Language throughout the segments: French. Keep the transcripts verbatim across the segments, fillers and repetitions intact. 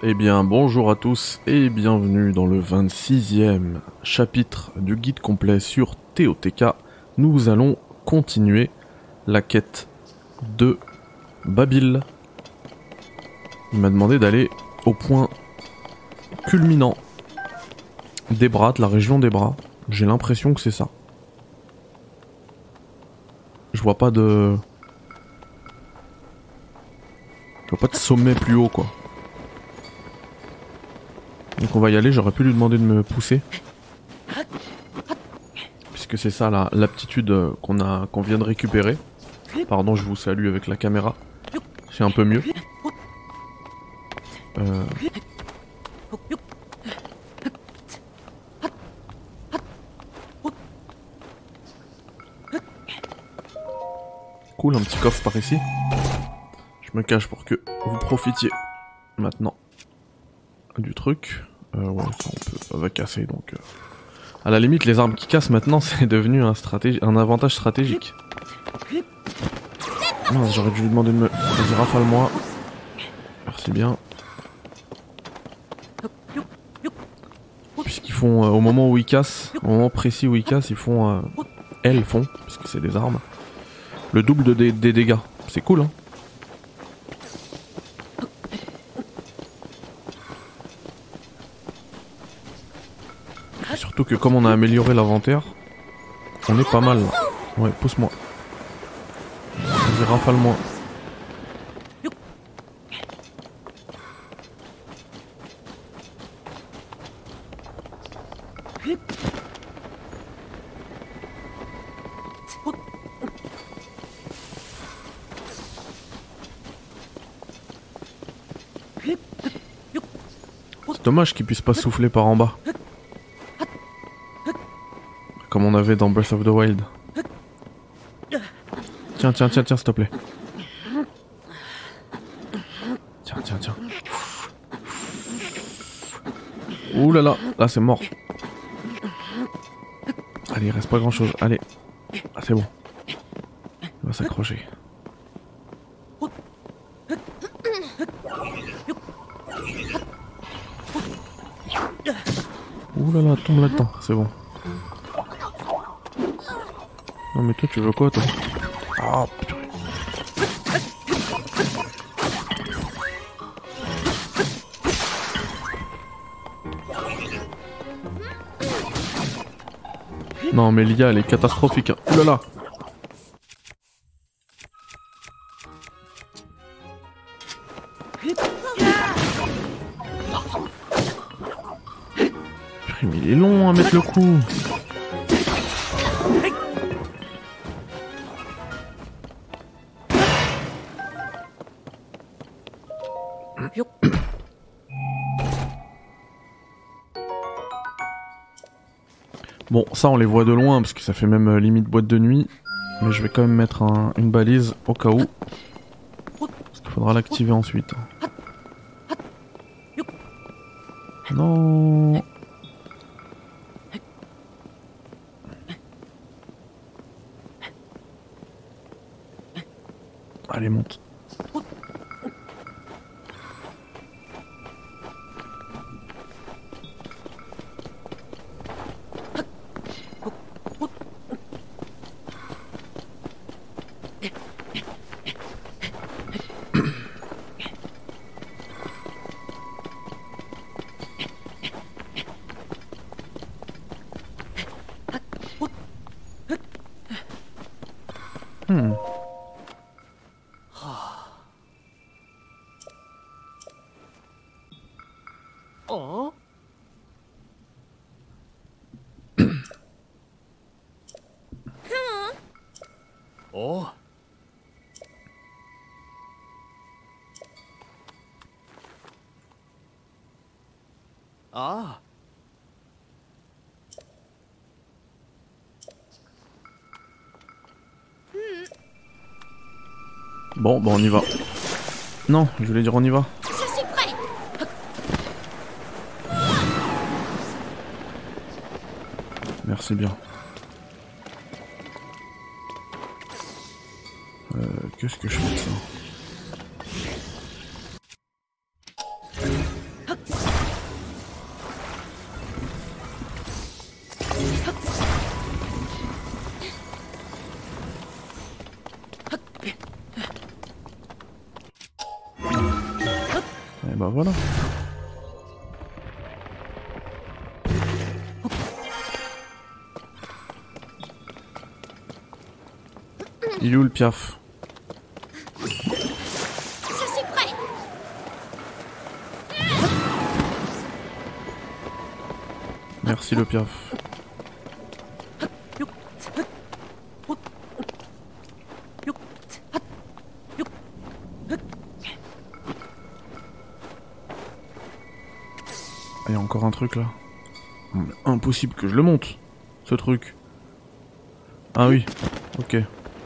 Eh bien, bonjour à tous et bienvenue dans le vingt-sixième chapitre du guide complet sur T O T K. Nous allons continuer la quête de Babil. Il m'a demandé d'aller au point culminant des bras, de la région des bras. J'ai l'impression que c'est ça. Je vois pas de... Je vois pas de sommet plus haut, quoi. Donc on va y aller, j'aurais pu lui demander de me pousser. Puisque c'est ça la, l'aptitude qu'on a, qu'on vient de récupérer. Pardon, je vous salue avec la caméra. C'est un peu mieux. Euh... Cool, un petit coffre par ici. Je me cache pour que vous profitiez maintenant du truc. Euh, ouais, ça on peut, ça va casser donc. Euh... À la limite, les armes qui cassent maintenant, c'est devenu un, stratégi... un avantage stratégique. Non, j'aurais dû lui demander de me... Vas-y, rafale-moi. Merci bien. Puisqu'ils font, euh, au moment où ils cassent, au moment précis où ils cassent, ils font... Euh... Elles font, puisque c'est des armes, le double de dé des dégâts. C'est cool, hein. Surtout que comme on a amélioré l'inventaire, on est pas mal là. Ouais, pousse-moi. Vas-y, rafale-moi. C'est dommage qu'il puisse pas souffler par en bas. Comme on avait dans Breath of the Wild. Tiens, tiens, tiens, tiens, s'il te plaît. Tiens, tiens, tiens. Ouh là là, là c'est mort. Allez, il reste pas grand chose. Allez. Ah, c'est bon. Il va s'accrocher. Ouh là là, tombe là-dedans, c'est bon. Non mais toi tu veux quoi toi? Ah putain. Non mais l'I A elle est catastrophique. Hein. Ouh là là. Putain, mais il est long à mettre le coup. Bon, ça on les voit de loin parce que ça fait même euh, limite boîte de nuit. Mais je vais quand même mettre un, une balise au cas où. Parce qu'il faudra l'activer ensuite. Non. Allez, monte. Hmm. Oh. Oh. Ah. Bon, bon, on y va. Non, je voulais dire on y va. Je suis prêt. Merci bien. Euh, qu'est-ce que je fais de ça? Et bah voilà. Il est où le piaf? Je suis prêt. Merci le piaf. Ah, y a encore un truc là. Impossible que je le monte, ce truc. Ah oui, ok.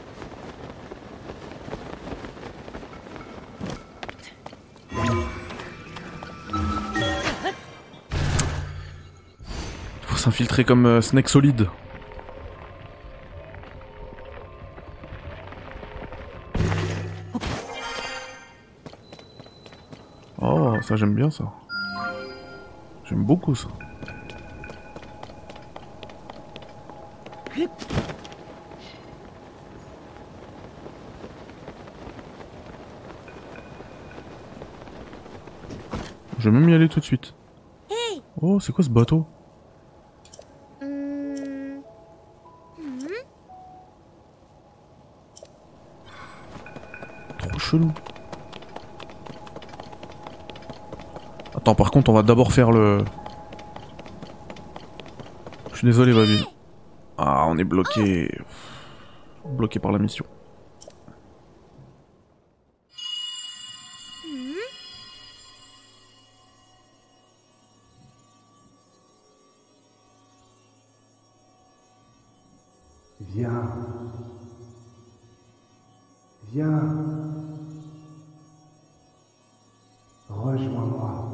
Faut s'infiltrer comme euh, Snake Solid. Oh, ça j'aime bien ça. J'aime beaucoup ça. Je vais même y aller tout de suite. Hey. Oh, c'est quoi ce bateau? Hmm. Hmm. Trop chelou. Attends, par contre, on va d'abord faire le... Je suis désolé, Babil. Ah, on est bloqué. Bloqué par la mission. Viens. Viens. Rejoins-moi.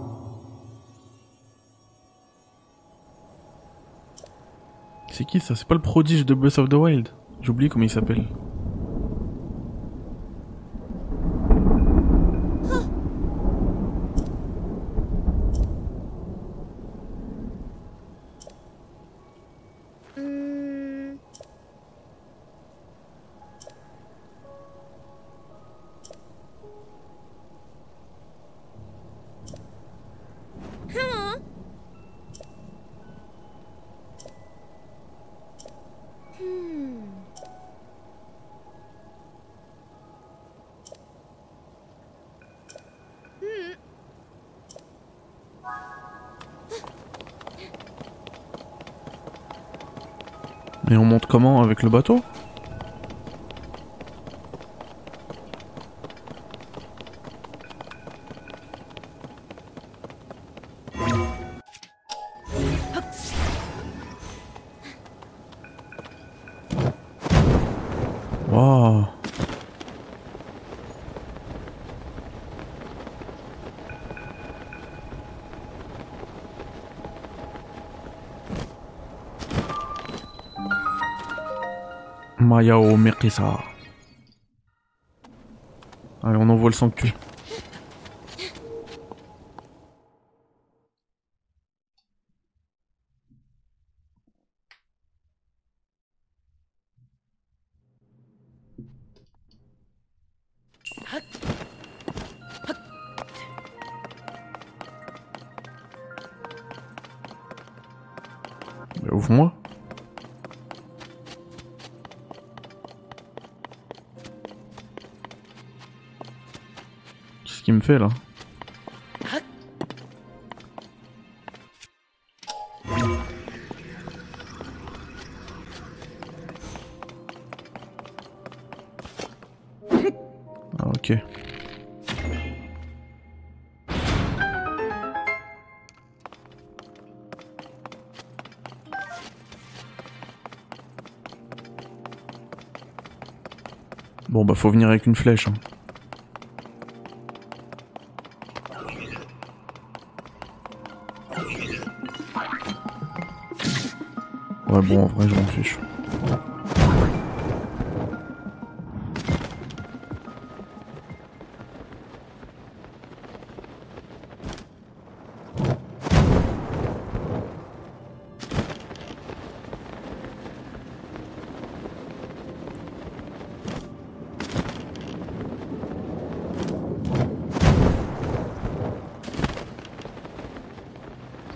C'est qui ça? C'est pas le prodige de Breath of the Wild? J'oublie comment il s'appelle. Hmm. Huh? Hmm. Hmm. Et on monte comment avec le bateau? Waouh. Mayao Mekisa. Allez, on envoie le sanctuaire. Bah, ouvre-moi. Qu'est-ce qu'il me fait là? Ah, ok. Bon bah faut venir avec une flèche. Hein. Ouais bon en vrai je m'en fiche.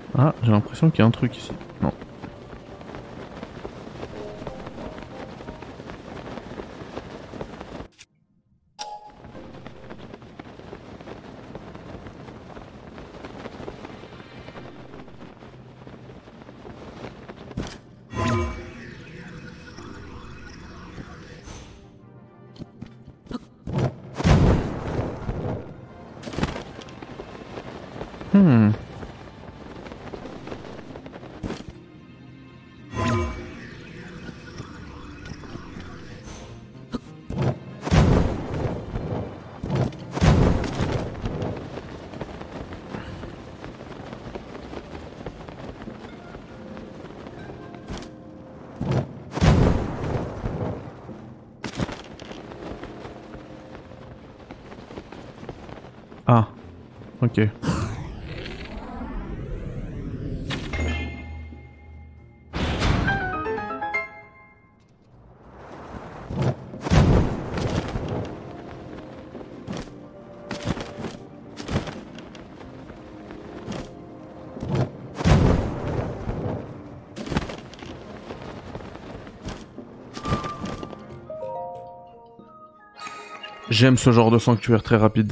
Ah, j'ai l'impression qu'il y a un truc ici. Non. Hmm. Ah, ok. J'aime ce genre de sanctuaire très rapide.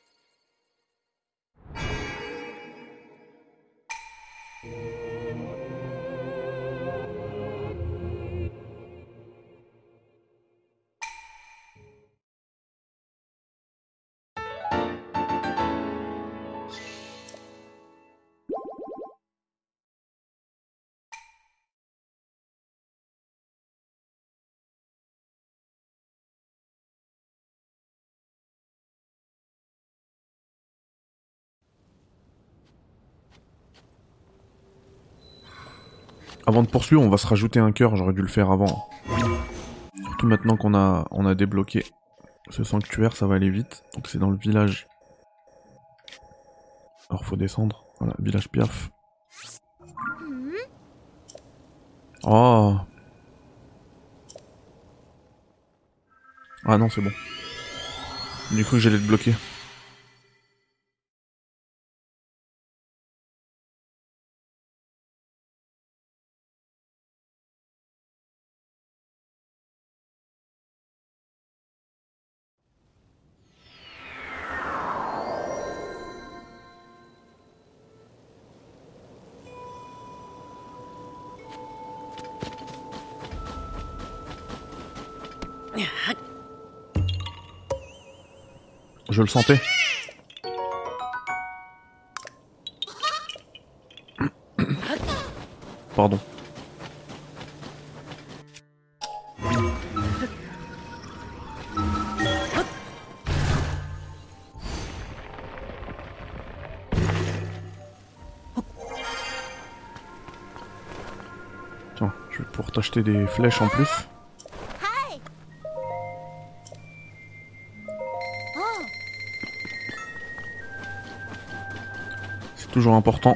Avant de poursuivre, on va se rajouter un cœur, j'aurais dû le faire avant. Surtout maintenant qu'on a, on a débloqué ce sanctuaire, ça va aller vite. Donc c'est dans le village. Alors faut descendre. Voilà, village Piaf. Oh. Ah non, c'est bon. Du coup, j'allais le bloquer. Je le sentais. Pardon. Tiens, je vais pouvoir t'acheter des flèches en plus. Hi. Oh. C'est toujours important.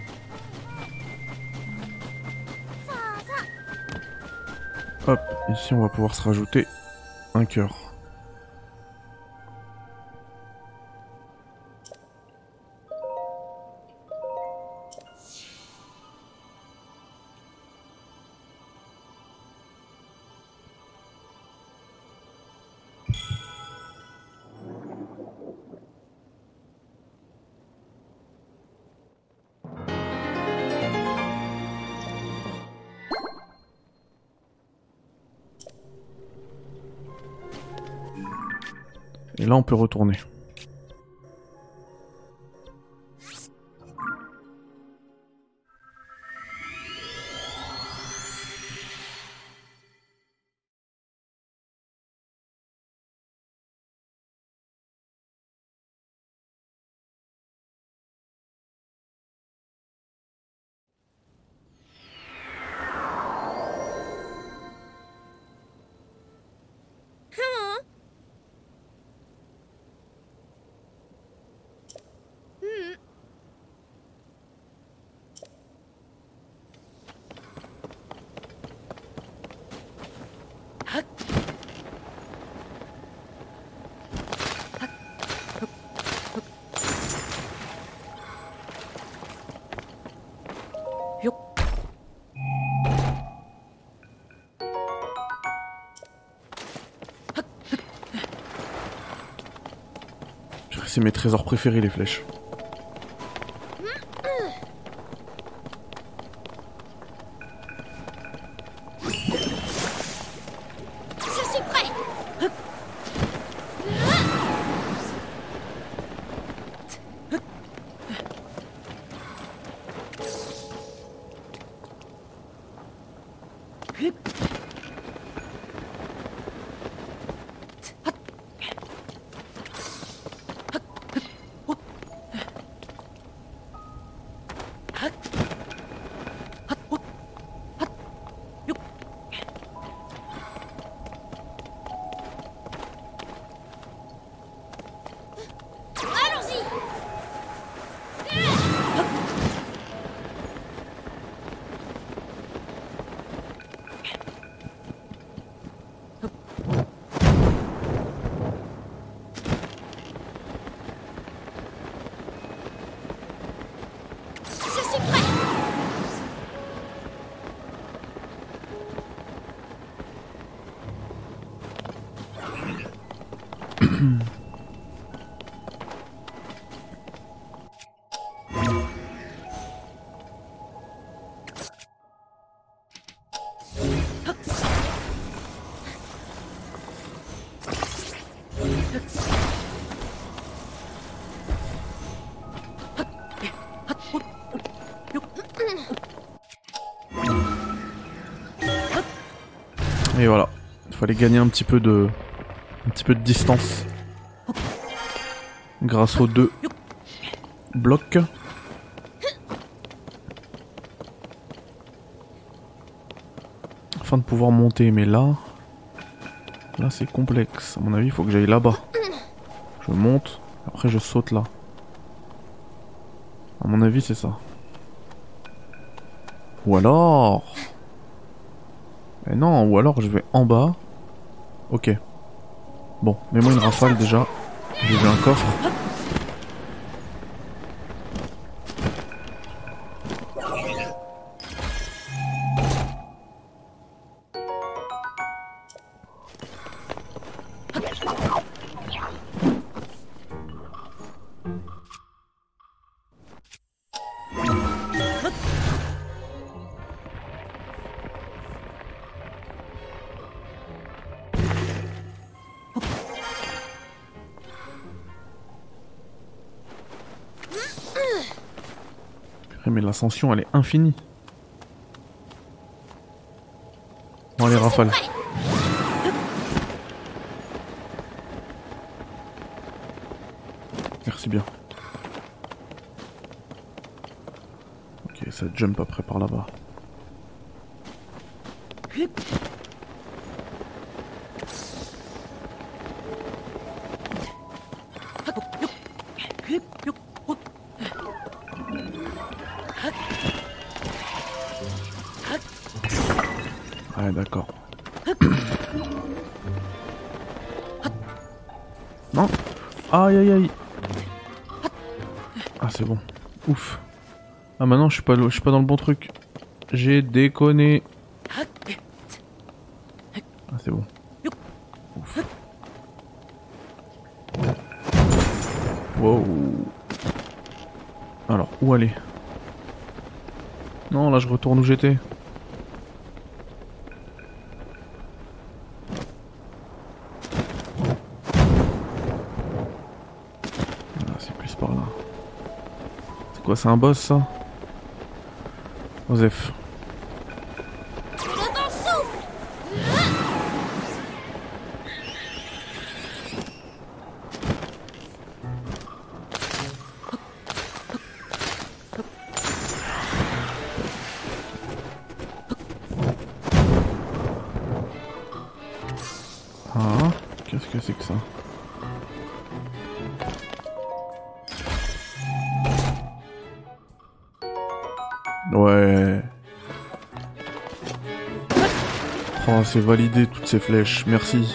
Hop, ici on va pouvoir se rajouter un cœur. Et là on peut retourner. c'est mes trésors préférés, les flèches. Je suis prêt. Allons-y. Je suis prêt. Et voilà, il fallait gagner un petit peu de, un petit peu de distance grâce aux deux blocs. Afin de pouvoir monter, mais là, là c'est complexe. À mon avis, il faut que j'aille là-bas. Je monte, après je saute là. À mon avis, c'est ça. Ou alors... Eh non, ou alors je vais en bas. Ok. Bon, mets-moi une rafale déjà. J'ai vu un coffre. Mais l'ascension elle est infinie. Bon allez rafale. Merci bien. Ok, ça jump après par là-bas. Ouais, d'accord. Non. Aïe aïe aïe. Ah c'est bon. Ouf. Ah maintenant je suis pas je suis pas dans le bon truc. J'ai déconné. Ah c'est bon. Ouf. Wow. Alors où aller? Non là je retourne où j'étais. Quoi, c'est un boss ça? Osef. Ah, qu'est-ce que c'est que ça? Ouais. Oh, c'est validé toutes ces flèches, merci.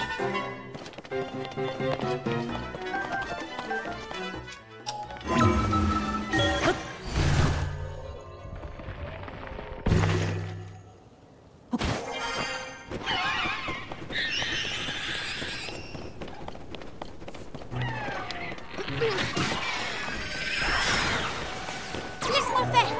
Laisse-moi faire.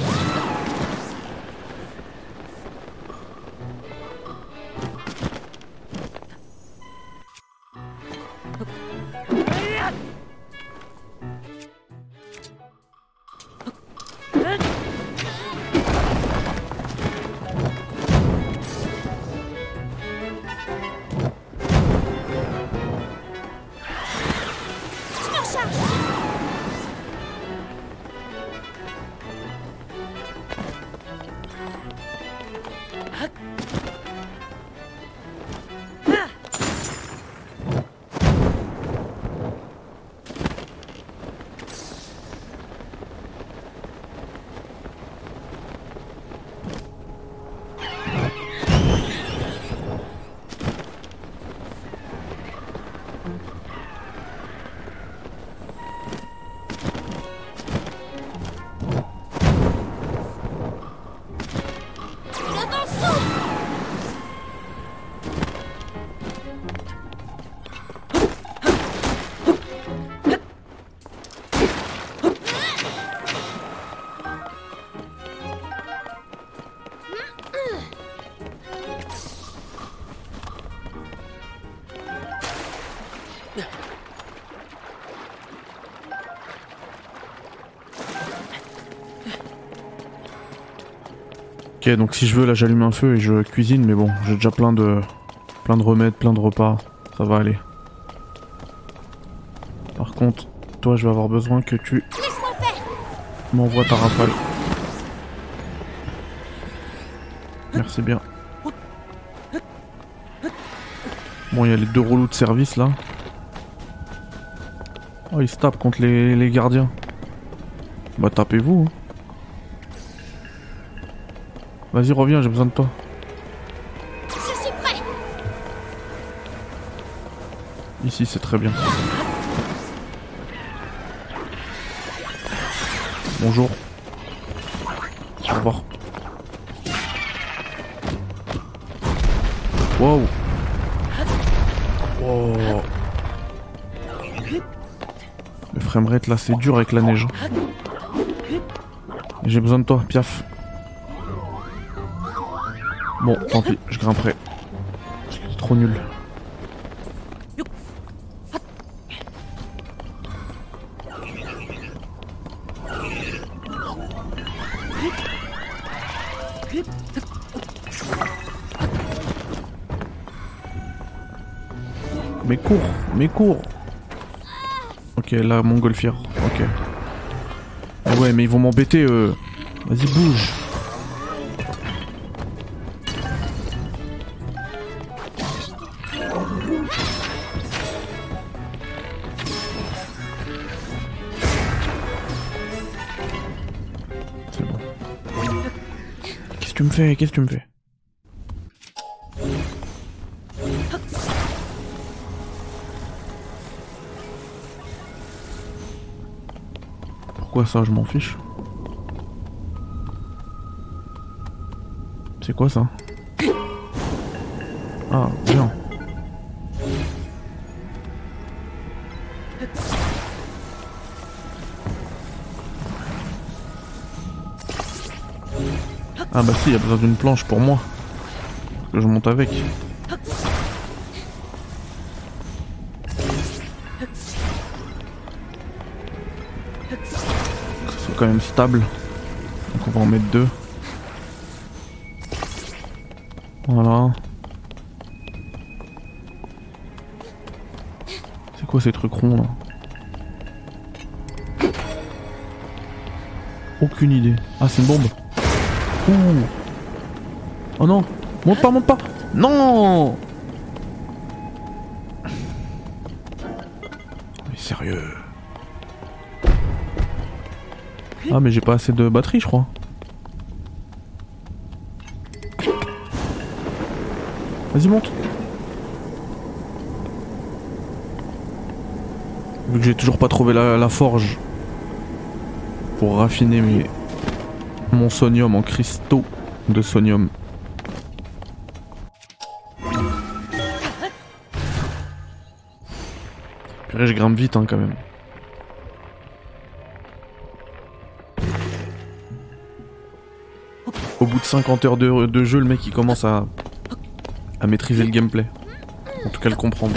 Je m'en charge. Le vent souffle. Ok, donc si je veux, là j'allume un feu et je cuisine, mais bon, j'ai déjà plein de plein de remèdes, plein de repas, ça va aller. Par contre, toi je vais avoir besoin que tu Laisse-moi faire. m'envoies ta rafale. Merci bien. Bon, il y a les deux rouleaux de service là. Oh, ils se tapent contre les, les gardiens. Bah tapez-vous. Hein. Vas-y, reviens, j'ai besoin de toi. Je suis prêt. Ici, c'est très bien. Bonjour. Au revoir. Wow. Wow. Le framerate là, c'est dur avec la neige. J'ai besoin de toi, Piaf. Bon, tant pis, je grimperai. C'est trop nul. Mais cours, mais cours. Ok, là, montgolfière. Ok. Ah ouais, mais ils vont m'embêter, eux. Vas-y, bouge. C'est bon. Qu'est-ce que tu me fais? Qu'est-ce que tu me fais? Pourquoi ça? Je m'en fiche. C'est quoi ça? Ah, bien. Ah bah si, il y a besoin d'une planche pour moi. Que je monte avec. Que ce soit quand même stable. Donc on va en mettre deux. Voilà. C'est quoi ces trucs ronds là? Aucune idée. Ah, c'est une bombe. Ouh. Oh non. Monte pas, monte pas. Non. Mais sérieux. Ah mais j'ai pas assez de batterie je crois. Vas-y monte. Vu que j'ai toujours pas trouvé la, la forge pour raffiner mes, mon sonium en cristaux de sonium. Purée, je grimpe vite hein, quand même. Au bout de cinquante heures de, de jeu, le mec il commence à, à maîtriser le gameplay. En tout cas le comprendre.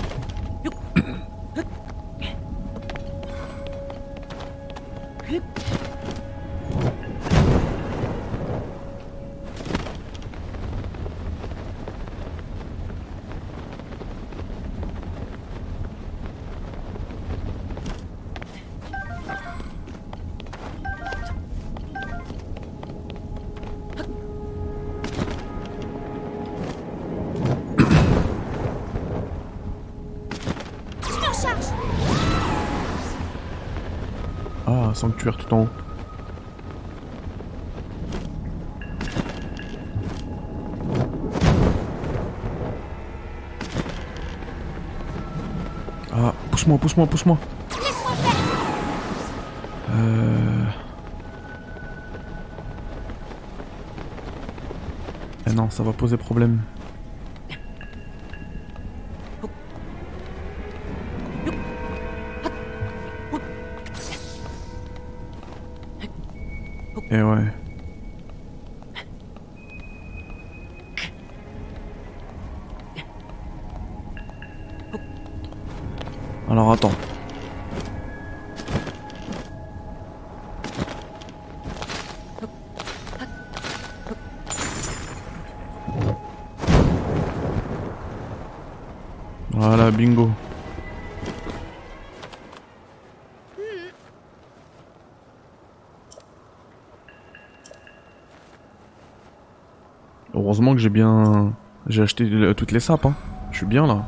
Ah, sanctuaire tout en haut. Ah, pousse-moi, pousse-moi, pousse-moi. Laisse-moi faire. Euh... Eh non, ça va poser problème. Eh ouais. Alors attends. Voilà, bingo. Heureusement que j'ai bien... J'ai acheté euh, toutes les sapes, hein. Je suis bien là.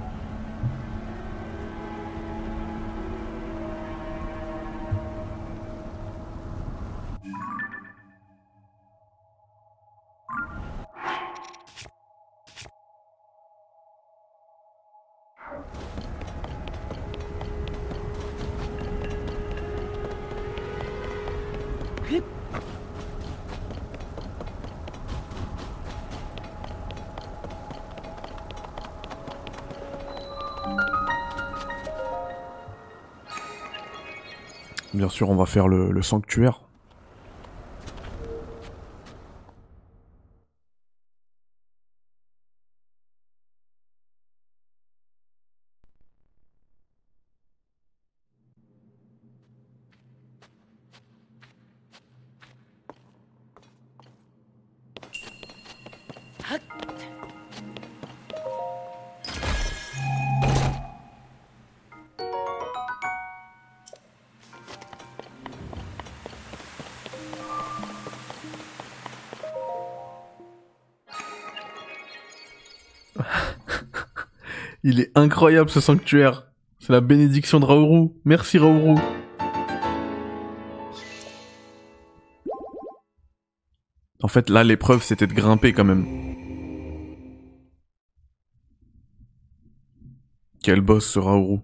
Bien sûr, on va faire le, le sanctuaire. Il est incroyable ce sanctuaire. C'est la bénédiction de Raoru. Merci Raoru. En fait là l'épreuve c'était de grimper quand même. Quel boss ce Raoru.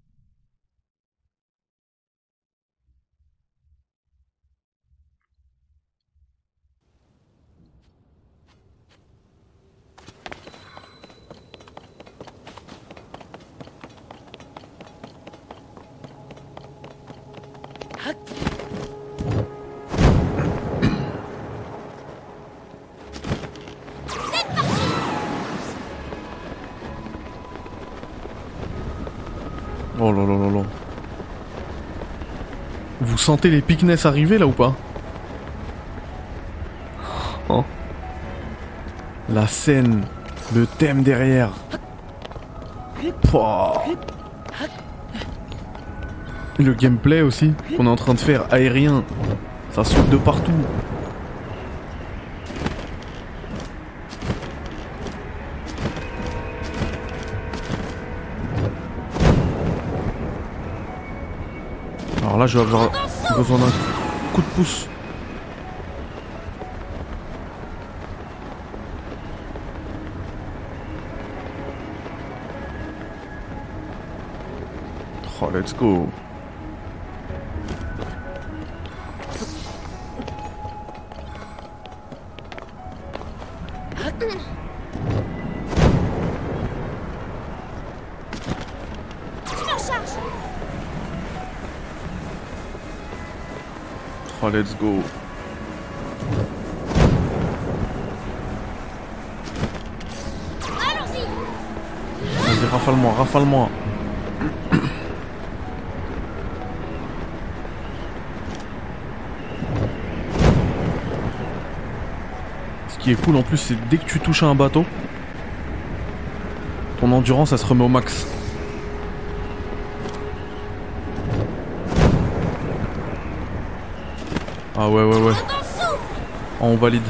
Oh là là là là. Vous sentez les Pikness arriver là ou pas? Oh. La scène, le thème derrière. Pouah. Le gameplay aussi, qu'on est en train de faire aérien. Ça saute de partout. Alors là, je vais avoir besoin d'un coup de pouce. Oh, let's go. Oh, let's go. Vas-y, rafale-moi, rafale-moi. Ce qui est cool en plus, c'est dès que tu touches à un bateau, ton endurance, elle se remet au max. Ah ouais, ouais, ouais. Oh, on valide.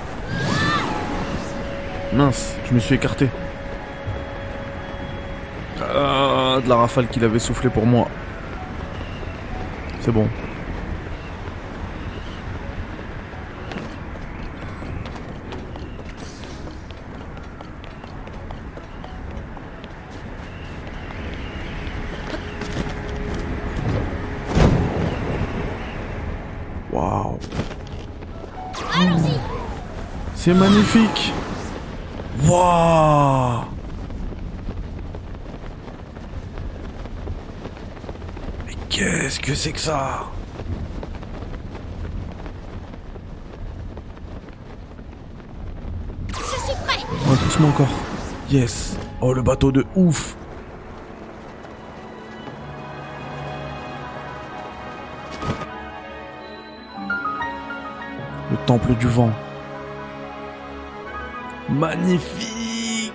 Mince, je me suis écarté. Ah, de la rafale qu'il avait soufflé pour moi. C'est bon. Waouh. Allons-y. C'est magnifique. Waouh. Mais qu'est-ce que c'est que ça? Je suis prêt. Oh, pousse-moi encore. Yes. Oh, le bateau de ouf. Le temple du vent. Magnifique.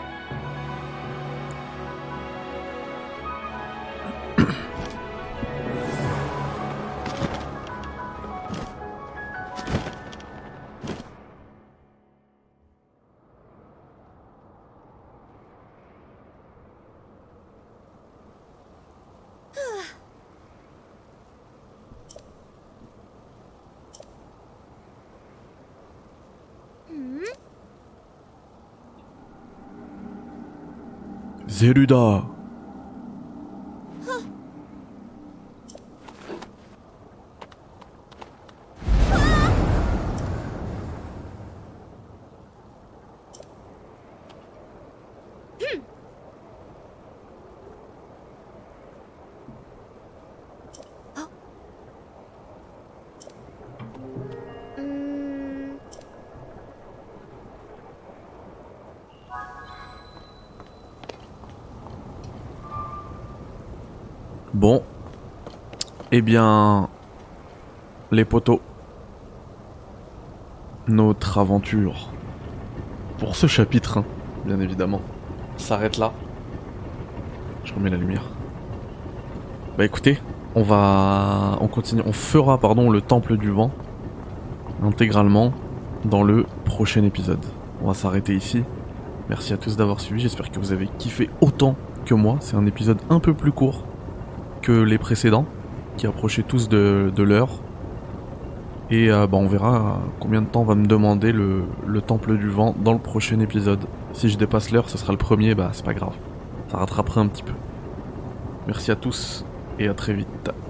Zeruda. Bon, eh bien, les potos, notre aventure pour ce chapitre, hein, bien évidemment, s'arrête là. Je remets la lumière. Bah écoutez, on va, on continue, on fera pardon le temple du vent intégralement dans le prochain épisode. On va s'arrêter ici. Merci à tous d'avoir suivi. J'espère que vous avez kiffé autant que moi. C'est un épisode un peu plus court que les précédents, qui approchaient tous de, de l'heure. Et euh, bah on verra combien de temps va me demander le, le temple du vent dans le prochain épisode. Si je dépasse l'heure, ce sera le premier, bah c'est pas grave. Ça rattrapera un petit peu. Merci à tous et à très vite.